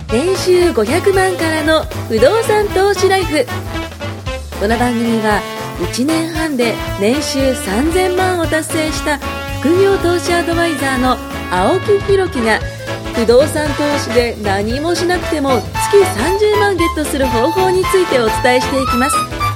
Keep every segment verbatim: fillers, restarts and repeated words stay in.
年収ごひゃくまんからの不動産投資ライフ。この番組はいちねんはんで年収さんぜんまんを達成した副業投資アドバイザーの青木弘樹が、不動産投資で何もしなくても月さんじゅうまんゲットする方法についてお伝えしていきます。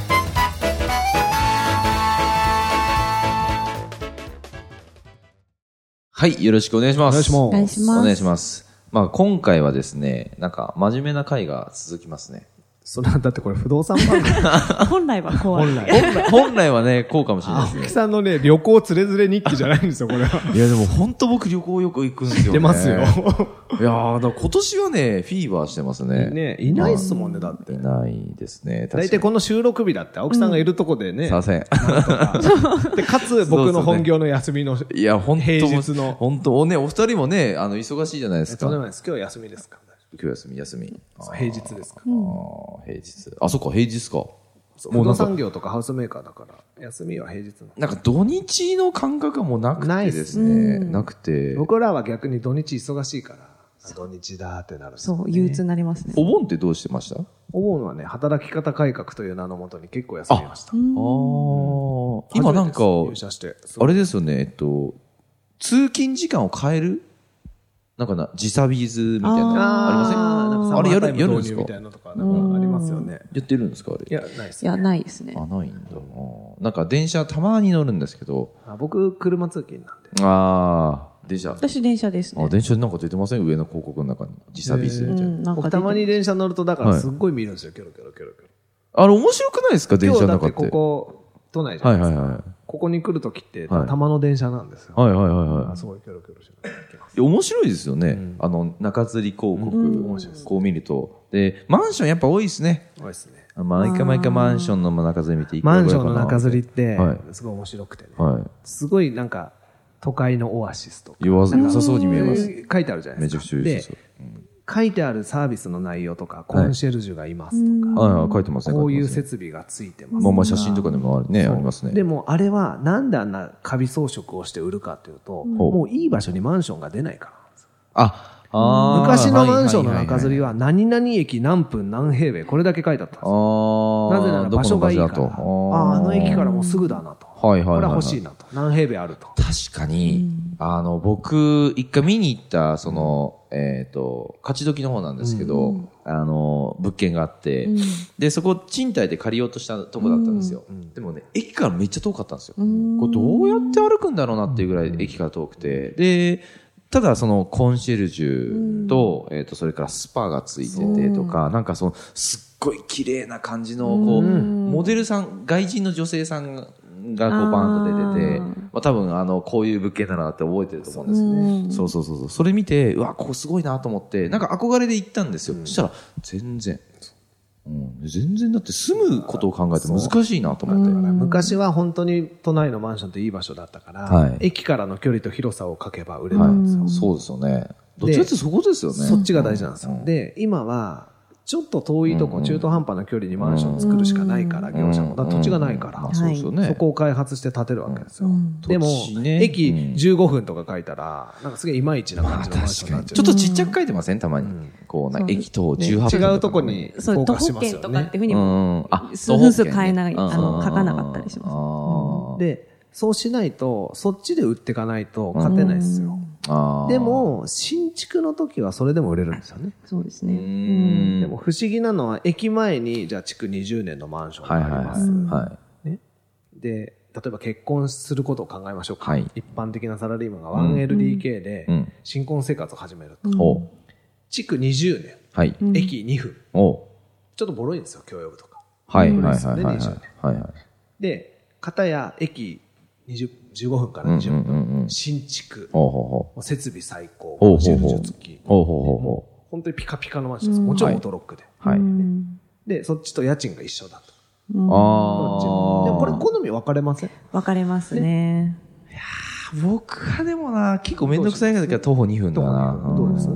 はい、よろしくお願いします。 お願いします。 お願いします。まあ今回はですね、なんか真面目な回が続きますね。 それはだってこれ不動産番組本来はこう本来本来本来はね、こうかもしれないですね。 青木さんのね、旅行つれづれ日記じゃないんですよ、これは。 いやでも本当僕旅行よく行くんですよね。 出ますよ。 いやー、だから今年はね、フィーバーしてますね。 ね、いないっすもんね、だって。 いないですね。 大体この収録日だって青木さんがいるとこでね。 すいません。 で、かつ僕の本業の休みの、 いや、本当平日の。 本当ね、お二人もね、あの、忙しいじゃないですか。 とんでもないです。今日は休みですか。 今日休み、休み。 平日ですか。 ああ、平日。あ、そっか、平日か。 不動産業とかハウスメーカーだから、休みは平日の。 なんか土日の感覚がもうなくてですね。なくて。 僕らは逆に土日忙しいから、土日だってなる、ね。 そう、憂鬱になりますね。 お盆ってどうしてました？ お盆はね、働き方改革という名のもとに結構休みました。ああ。 今なんか、 入社して。 あれですよね、えっと、通勤時間を変えるなんかな、時差ビーズみたいな、ありません？ あれやる、やるんですか？みたいなとか、なんかありますよね。 やってるんですかあれ？ いや、ないです。 いや、ないですね。 あ、ないんだ。なんか電車たまに乗るんですけど。 あ、僕、車通勤なんで。 ああ、電車。 私電車ですね。 あ、電車になんか出てません？上の広告の中に。時差ビーズみたいな。 僕たまに電車乗ると、だからすっごい見るんですよ、キョロキョロキョロキョロ。 あれ面白くないですか？電車の中って。 ここ、都内じゃないですか。 はいはいはい。 ここに来るときって、たまの電車なんですよ。 はいはいはいはい。 すごいキョロキョロしながら行きます。 面白いですよね。あの、中吊り広告、こう見ると。で、マンションやっぱ多いですね。 多いですね。 毎回毎回マンションの中吊り見ていくマンションの中吊りって、すごい面白くてね。 はい。 すごいなんか、都会のオアシスとか。 良さそうに見えます。 書いてあるじゃないですか。 めちゃくちゃ良さそう。 書いてあるサービスの内容とか、コンシェルジュがいますとか。 はいはい、書いてますね。 こういう設備がついてます。 まあまあ写真とかでもあるね、ありますね。 でもあれはなんであんなカビ装飾をして売るかというと、もういい場所にマンションが出ないからなんですよ。 あ、 昔のマンションの中吊りは何々駅何分何平米これだけ書いてあったんですよ。なぜなら場所がいいから。ああの駅からもうすぐだなと。はいはいはい。これは欲しいなと。何平米あると。 確かに、あの、僕、一回見に行った、その、えっと、勝どきの方なんですけど、あの、物件があって、で、そこ賃貸で借りようとしたとこだったんですよ。でもね、駅からめっちゃ遠かったんですよ。これどうやって歩くんだろうなっていうぐらい駅から遠くて。で、ただそのコンシェルジュと、えっと、それからスパがついててとか、なんかその、すっごい綺麗な感じの、こう、モデルさん、外人の女性さんが、がこうバーンと出てて、まあ多分あの、こういう物件だなって覚えてると思うんですね。そうそうそうそう。それ見て、うわ、ここすごいなと思って、なんか憧れで行ったんですよ。そしたら、全然。うん、全然だって住むことを考えて難しいなと思って。 昔は本当に都内のマンションっていい場所だったから、はい、駅からの距離と広さを書けば売れるんですよ。はい、 そうですよね。どっちかってそこですよね。 そっちが大事なんですよ。うん、で、今は、ちょっと遠いとこ、中途半端な距離にマンション作るしかないから、業者も。だから土地がないから、そこを開発して建てるわけですよ。でも、駅じゅうごふんとか書いたら、なんかすげえいまいちな感じのマンションになっちゃう。 ちょっとちっちゃく書いてませんたまに。こう、駅とじゅうはっぷん。 違うとこにフォーカスしますよね。 そう、徒歩圏とかっていうふうにも、数数変えない、あの、書かなかったりします。 で、そうしないと、そっちで売っていかないと勝てないですよ。でも、新築の時はそれでも売れるんですよね。 そうですね。 でも不思議なのは、駅前に、じゃあ築にじゅうねんのマンションがあります。ね、で、例えば結婚することを考えましょうか。はい、一般的なサラリーマンが ワンエルディーケー で新婚生活を始めると。築にじゅうねん、はい、駅にふん。ちょっとボロいんですよ、共用部とか。はいはいはいはいはい。で、片や駅にじゅう、じゅうごふんからにじゅっぷん。新築。設備最高。コンシェルジュ付き。本当にピカピカのマンションです。もちろんオートロックで。はい。で、そっちと家賃が一緒だと。ああ。でもこれ好み分かれません？ 分かれますね。 いやー、僕はでもな、結構めんどくさい時は徒歩にふんだな。 どうです？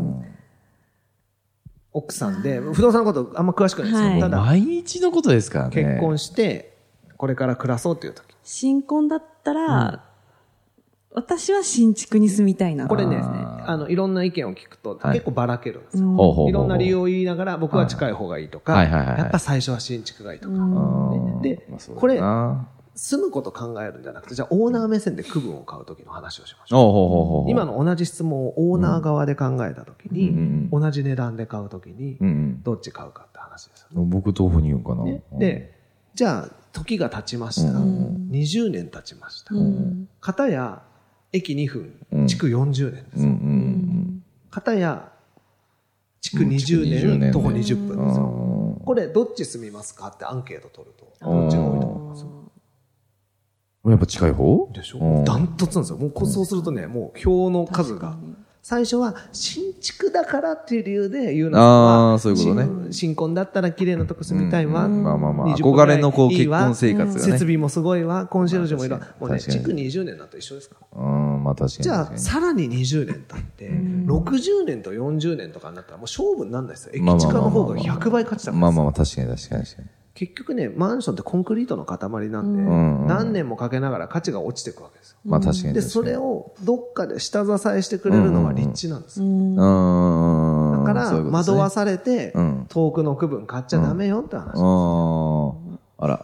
奥さんで、不動産のことあんま詳しくないですよ。ただ、 毎日のことですからね。 結婚して、これから暮らそうっていう時。 新婚だったら、 私は新築に住みたいな。 これね、あの、いろんな意見を聞くと、結構ばらけるんですよ。いろんな理由を言いながら、僕は近い方がいいとか、やっぱ最初は新築がいいとか。で、これ、住むこと考えるんじゃなくて、じゃあオーナー目線で区分を買うときの話をしましょう。今の同じ質問をオーナー側で考えたときに、同じ値段で買うときに、どっち買うかって話ですよね。 僕豆腐に言うかな。 で、じゃあ、時が経ちました。にじゅうねん経ちました。片や、駅にふん、築よんじゅうねんですよ。片や、築にじゅうねん、徒歩にじゅっぷんですよ。これ、どっち住みますかってアンケート取ると、どっちが多いと思います？ やっぱ近い方でしょ。ダントツなんですよ。もうそうするとね、もう票の数が。最初は新築だからっていう理由で言うのは、 ああ、そういうことね。 新婚だったら綺麗なとこ住みたいわ。 まあまあまあ、憧れのこう結婚生活がね。 設備もすごいわ。コンシェルジュもいるわ。もうね、築にじゅうねんだと一緒ですから。 うん、まあ確かに。 じゃあ、さらににじゅうねん経って、ろくじゅうねんとよんじゅうねんとかになったらもう勝負にならないですよ。駅近の方がひゃくばい勝ちだから。 まあまあまあ、確かに確かに確かに。 結局ね、マンションってコンクリートの塊なんで、うんうん、何年もかけながら価値が落ちていくわけですよ。 まあ確かに。 で、それをどっかで下支えしてくれるのが立地なんですよ。うんうん、 だから、惑わされて、うん、遠くの区分買っちゃダメよって話です。うん、 あら。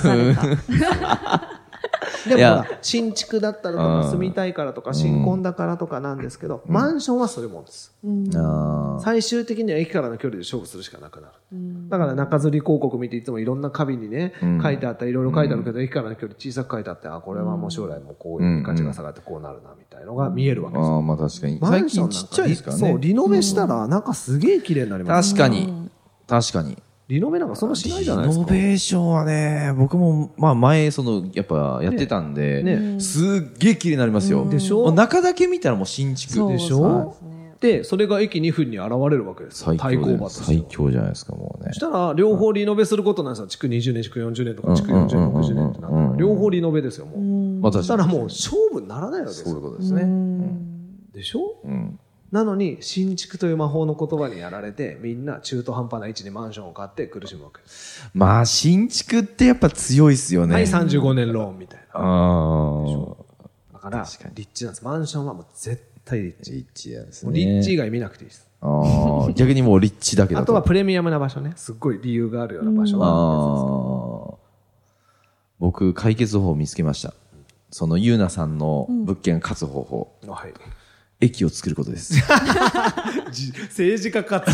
でもほら、新築だったらとか住みたいからとか新婚だからとかなんですけど、マンションはそういうもんです。最終的には駅からの距離で勝負するしかなくなる。だから中吊り広告見ていつもいろんな花瓶にね、書いてあった、いろいろ書いてあるけど、駅からの距離小さく書いてあって、あ、これはもう将来もこういう価値が下がってこうなるな、みたいのが見えるわけですよ。 ああ、まあ確かに。最近ちっちゃいですからね。 そう、リノベしたらなんかすげえ綺麗になります。 確かに。確かに。 リノベなんかそんなしないじゃないですか。 リノベーションはね、僕も、まあ前、その、やっぱやってたんで、ねね、すっげえ綺麗になりますよ。 でしょ？ 中だけ見たらもう新築。 でしょ？で、それが駅にふんに現れるわけですよ。 対抗馬として。最強じゃないですか、もうね。 そしたら、両方リノベすることなんですよ。築にじゅうねん、築よんじゅうねんとか、築よんじゅうねん、ろくじゅうねんってなったら、両方リノベですよ、もう。そしたらもう勝負にならないわけですよ。 そういうことですね。 でしょ？うん。なのに、新築という魔法の言葉にやられて、みんな中途半端な位置にマンションを買って苦しむわけです。 まあ、新築ってやっぱ強いっすよね。 はい、さんじゅうごねんローンみたいな。 ああ。だから、立地なんです。マンションはもう絶対立地。 立地なんですね。 立地以外見なくていいです。 ああ。逆にもう立地だけだと。 あとはプレミアムな場所ね。すっごい理由があるような場所がある。僕、解決法を見つけました。そのユーナさんの物件勝つ方法。 うん、はい。 駅を作ることです。 政治家か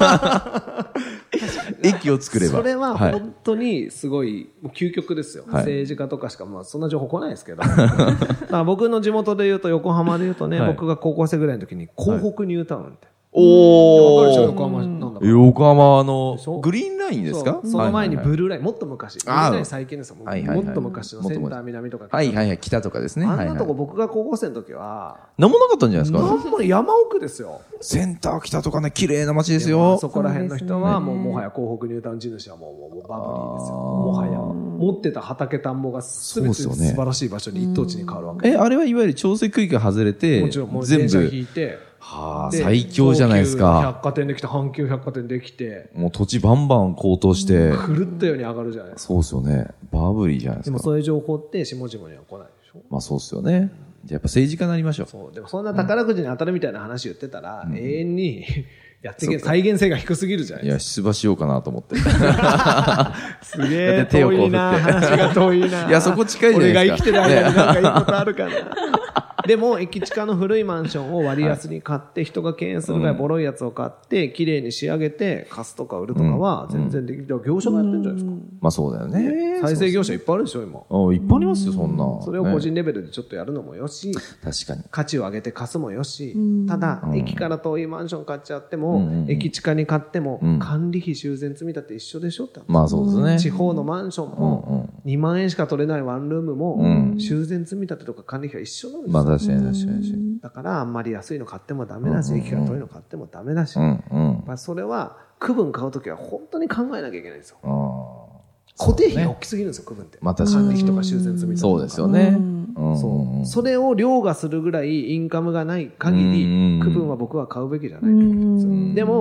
駅を作れば。 それは本当にすごい、もう究極ですよ。はい、政治家とかしか、まあそんな情報来ないですけど。まあ僕の地元で言うと、横浜で言うとね、はい、僕が高校生ぐらいの時に、港北ニュータウンって。 おー。横浜なんだ横浜のグリーンラインですか？ その前にブルーライン、もっと昔。ブルーライン最近ですよ。もっと昔のセンター南とか。 はいはいはい、北とかですね。 あんなとこ僕が高校生の時は。 なんもなかったんじゃないですか？ なんも山奥ですよ。 センター北とかね、綺麗な街ですよ。 そこら辺の人は、もうもはや港北ニュータウン地主はもうバブリーですよ。もはや。持ってた畑田んぼがすべて素晴らしい場所に一等地に変わるわけ。 え、あれはいわゆる調整区域が外れて、 もちろんもう電車引いて、 はあ、最強じゃないですか。 百貨店できて、阪急百貨店できて。 もう土地バンバン高騰して。 狂ったように上がるじゃないですか。 そうですよね。バブリーじゃないですか。 でもそういう情報って下々には来ないでしょ。 まあそうですよね。じゃあやっぱ政治家になりましょう。 そう。でもそんな宝くじに当たるみたいな話言ってたら、うん、永遠にやっていけない。再現性が低すぎるじゃないですか。 いや、出馬しようかなと思って。 すげえ遠いな。話が遠いな。 いや、そこ近いじゃないですか。 俺が生きてる間になんかいいことあるかな。でも、駅近の古いマンションを割安に買って、人が敬遠するぐらいボロいやつを買って、綺麗に仕上げて、貸すとか売るとかは、全然できる。業者がやってるんじゃないですか。 まあそうだよね。 再生業者いっぱいあるでしょ、今。 あ、いっぱいありますよ、そんな。 それを個人レベルでちょっとやるのもよし、 確かに。 価値を上げて貸すもよし、ただ、駅から遠いマンション買っちゃっても、駅近に買っても、管理費修繕積み立て一緒でしょって。 まあそうですね。 地方のマンションも、にまんえんしか取れないワンルームも、修繕積み立てとか管理費は一緒なんですよ。 まあ確かに確かに。 だからあんまり安いの買ってもダメだし、駅から遠いの買ってもダメだし、それは区分買うときは本当に考えなきゃいけないんですよ。固定費が大きすぎるんですよ、区分って。 また管理費とか修繕積み立てとか。 そうですよね。 そう。それを凌駕するぐらいインカムがない限り、区分は僕は買うべきじゃないと思ってるんですよ。でも、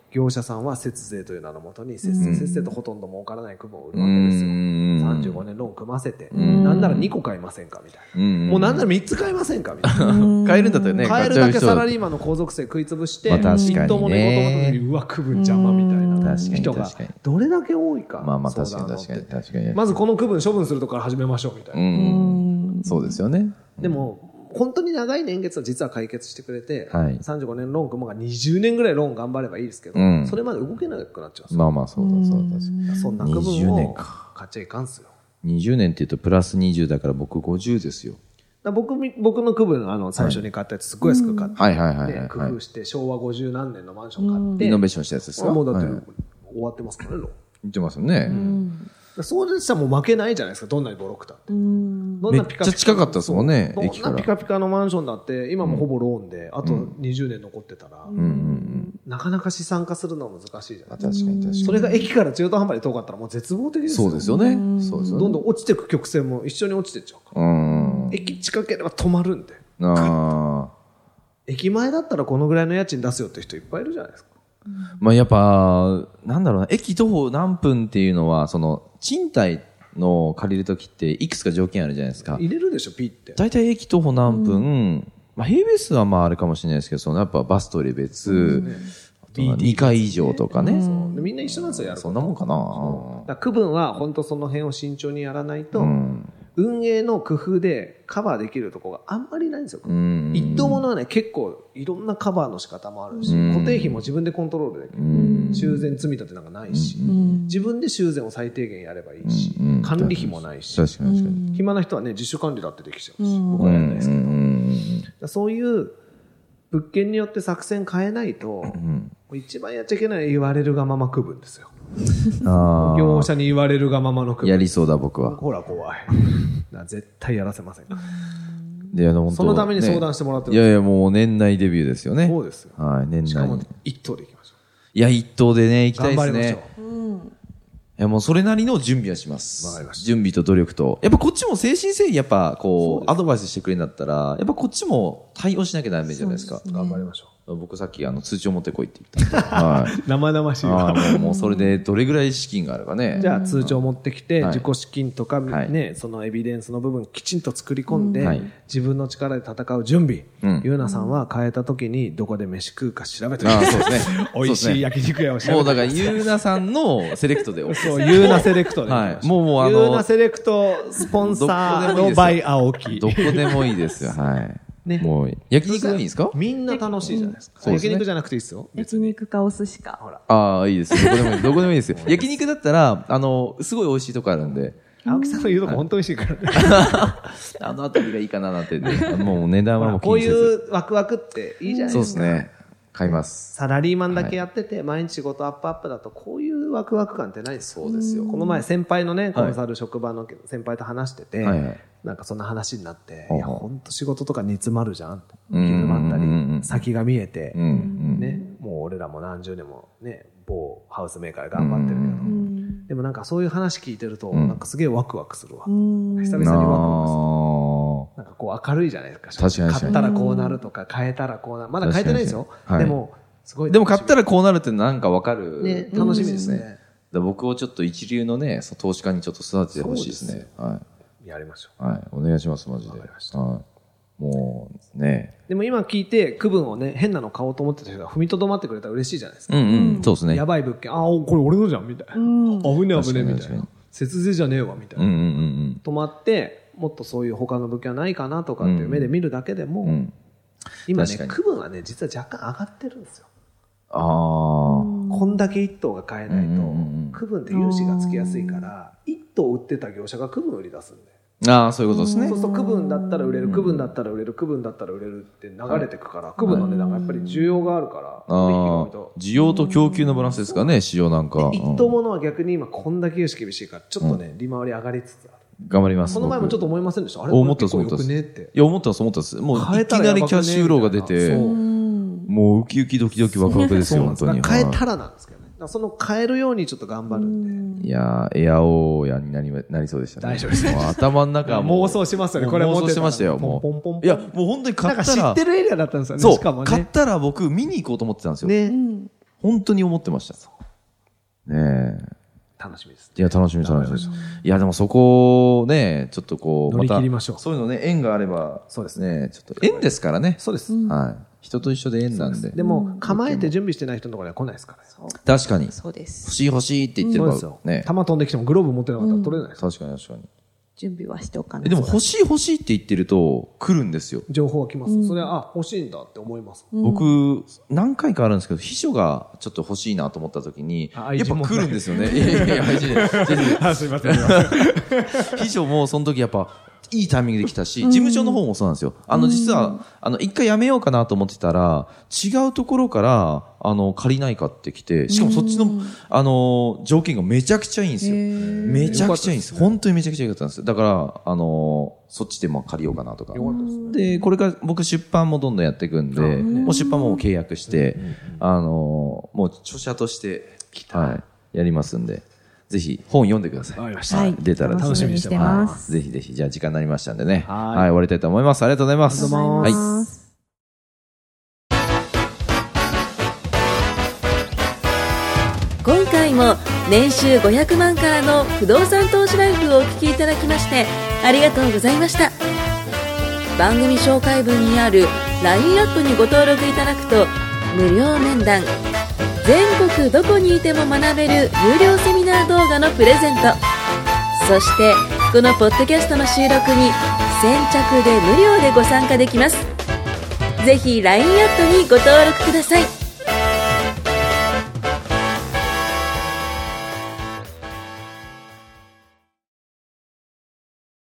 業者さんは節税という名のもとに、節税、節税とほとんど儲からない区分を売るわけですよ。さんじゅうごねんローン組ませて、なんならにこ買いませんかみたいな。もうなんならみっつ買いませんかみたいな。 買えるんだったらね、 買えるだけサラリーマンの皇族税食いつぶして、一等もね、こともとに、うわ、区分邪魔みたいな人が、どれだけ多いか。 まあまあ確かに確かに確かに。 まずこの区分処分するとこから始めましょうみたいな。 そうですよね。 でも、本当に長い年月は実は解決してくれて、はい、さんじゅうごねんローン組むがにじゅうねんぐらいローン頑張ればいいですけど、うん、それまで動けなくなっちゃうんですよ。 まあまあそうだそうだ確かに。そんな区分を買っちゃいかんすよ。 にじゅうねんって言うとプラスにじゅうだから僕ごじゅうですよ。 だ僕、僕の区分、あの、最初に買ったやつすっごい安く買って、はいはいはいはい、工夫して昭和ごじゅうなんねんのマンション買って、 イノベーションしたやつですか？ もうだって、はい、終わってますからね、ローン。 言ってますよね。 うんそうでしたらもう負けないじゃないですか、どんなにボロくたって。どんなピカピカめっちゃ近かったですもんね、 どんなピカピカのマンションだって、今もほぼローンで、あとにじゅうねん残ってたら、なかなか資産化するのは難しいじゃないですか。確かに確かに。それが駅から中途半端に遠かったらもう絶望的ですよね。 そうですよね。そうですよね。 どんどん落ちてく曲線も一緒に落ちてっちゃうから。駅近ければ止まるんで。駅前だったらこのぐらいの家賃出すよって人いっぱいいるじゃないですか。 まあやっぱ、なんだろうな、駅徒歩何分っていうのは、その、賃貸の借りるときっていくつか条件あるじゃないですか。 入れるでしょ、ピって。 大体駅徒歩何分、うん、まあ平米数はまああれかもしれないですけど、そのやっぱバストレ別、うん、にかい以上とかね。 そうでみんな一緒なんですよ、やる。 そんなもんかな。 だ区分は本当その辺を慎重にやらないと、うん、運営の工夫でカバーできるところがあんまりないんですよ。一等物はね、結構いろんなカバーの仕方もあるし、固定費も自分でコントロールできる。修繕積み立てなんかないし、自分で修繕を最低限やればいいし、管理費もないし、確かに確かに暇な人はね、自主管理だってできちゃうし、僕はやらないですけど。そういう物件によって作戦変えないと、一番やっちゃいけない言われるがまま区分ですよ。業者に言われるがままの区分。 やりそうだ僕は。 ほら怖い。絶対やらせませんから。 いやそのために相談してもらってる、 ね、いやいやもう年内デビューですよね。 そうですよ。 はい、年内。 しかも一等でいきましょう。 いや、一等でね、行きたいですね。 頑張りましょう。うん、 いや、もうそれなりの準備はします。 わかりました。 準備と努力と。やっぱこっちも誠心誠意やっぱこう、アドバイスしてくれるんだったら、やっぱこっちも対応しなきゃダメじゃないですか。 すね、頑張りましょう。 僕さっきあの通帳持ってこいって言ったんで。はい。 生々しいわ。 もう、もうそれでどれぐらい資金があるかね。 じゃあ通帳持ってきて、自己資金とかね、はい、そのエビデンスの部分きちんと作り込んで、はい、自分の力で戦う準備。うん、ゆうなさんは変えた時にどこで飯食うか調べてください。そうですね。美味しい焼肉屋を調べてください。 もうだからゆうなさんのセレクトで。 そう、ゆうなセレクトで。 はい。もうもうあの。 ゆうなセレクトスポンサーのバイ青木。 どこでもいいですよ。はい。ね、もう焼肉がいいんですか？ みんな楽しいじゃないですか。うん、焼肉じゃなくていいですよ。 焼肉かお寿司か。ほら。 ああ、いいです。どこでもいい。どこでもいいですよ。焼肉だったら、あの、すごい美味しいとこあるんで。 青木さんの言うとこ本当美味しいからね。 あのあたりがいいかななんて、ね、もう値段はもう気にせず。こういうワクワクっていいじゃないですか。 そうですね。買います。 サラリーマンだけやってて、はい、毎日仕事アップアップだと、こういうワクワク感ってないです。 そうですよ。 この前先輩のね、コンサル職場の先輩と話してて、はいはい、なんかそんな話になって、いや、ほんと仕事とか煮詰まるじゃん。煮詰まったり、先が見えて、ね、もう俺らも何十年もね、某ハウスメーカーで頑張ってるけど、でもなんかそういう話聞いてると、なんかすげえワクワクするわ。久々にワクワクする。なんかこう明るいじゃないですか。 確かに。 買ったらこうなるとか、変えたらこうなる。まだ変えてないですよ。でも、すごい。 でも買ったらこうなるってなんかわかる。 ね、楽しみですね。 僕をちょっと一流のね、投資家にちょっと育ててほしいですね。はい。 やりましょう。はい。お願いします、マジで。わかりました。はい。もう、ね。 でも今聞いて、区分をね、変なの買おうと思ってた人が踏みとどまってくれたら嬉しいじゃないですか。 うんうん。そうですね。 やばい物件。ああ、これ俺のじゃん、みたいな。危ね危ね、みたいな。節税じゃねえわ、みたいな。 うんうんうん。 止まって、もっとそういう他の物件はないかなとかっていう目で見るだけでも、うん、今ね、区分はね、実は若干上がってるんですよ。 ああ。 こんだけ一棟が買えないと、区分って融資がつきやすいから、一棟売ってた業者が区分売り出すんで。 ああ、そういうことですね。 そうすると区分だったら売れる、区分だったら売れる、区分だったら売れるって流れてくから、区分の値段がやっぱり需要があるから、 あ需要と供給のバランスですかね、市場なんか。 一棟ものは逆に今こんだけ融資厳しいから、ちょっとね、利回り上がりつつある。 頑張ります。 この前もちょっと思いませんでした？あれ思ったそう思った。いや、思ったそう思ったです。もういきなりキャッシュフローが出て、もうウキウキドキドキワクワクですよ、本当に。 変えたらなんですけどね。その変えるようにちょっと頑張るんで。 いやー、エアオーヤになり、なりそうでしたね。 大丈夫です。 頭の中は妄想しますよね、これ妄想してましたよ、もう。いや、もう本当に買ったら。 なんか知ってるエリアだったんですよね、 そう、 しかもね。 買ったら僕見に行こうと思ってたんですよ。ね。 本当に思ってました。ねえ。 楽しみです、ね。 いや、楽しみ、楽しみです。いや、でもそこをね、ちょっとこう、 乗り切りましょう。 そういうのね、縁があれば、そうですね、ちょっと縁ですからね。 そうです。 はい。人と一緒で縁なんで。 でも、構えて準備してない人のところには来ないですからね。 確かに。 そうです。 欲しい欲しいって言ってるからね。 球飛んできてもグローブ持ってなかったら取れないです。 確かに確かに。 準備はしておかない。 でも欲しい欲しいって言ってると来るんですよ。 情報は来ます。それは、あ、欲しいんだって思います。 僕、何回かあるんですけど、秘書がちょっと欲しいなと思った時に、やっぱ来るんですよね。いやいやいや、 すいません。 秘書もその時やっぱ、いいタイミングで来たし、事務所の方もそうなんですよ。あの、実は、あの、一回辞めようかなと思ってたら、違うところから、あの、借りないかって来て、しかもそっちの、あの、条件がめちゃくちゃいいんですよ。めちゃくちゃいいんです。本当にめちゃくちゃ良かったんですよ。だから、あの、そっちでも借りようかなとか。で、これから僕出版もどんどんやっていくんで、もう出版も契約して、あの、もう著者として、はい、やりますんで。ぜひ本読んでください。 わかりました。 はい。出たら楽しみにしてます。 ぜひぜひ、じゃあ時間になりましたんでね。はい。はい、終わりたいと思います。ありがとうございます。 ありがとうございます。 はい。今回も年収ごひゃくまんからの不動産投資ライフをお聞きいただきましてありがとうございました。番組紹介文にある ライン アットにご登録いただくと無料面談、全国どこにいても学べる有料セミナー動画のプレゼント、そしてこのポッドキャストの収録に先着で無料でご参加できます。ぜひ ライン アットにご登録ください。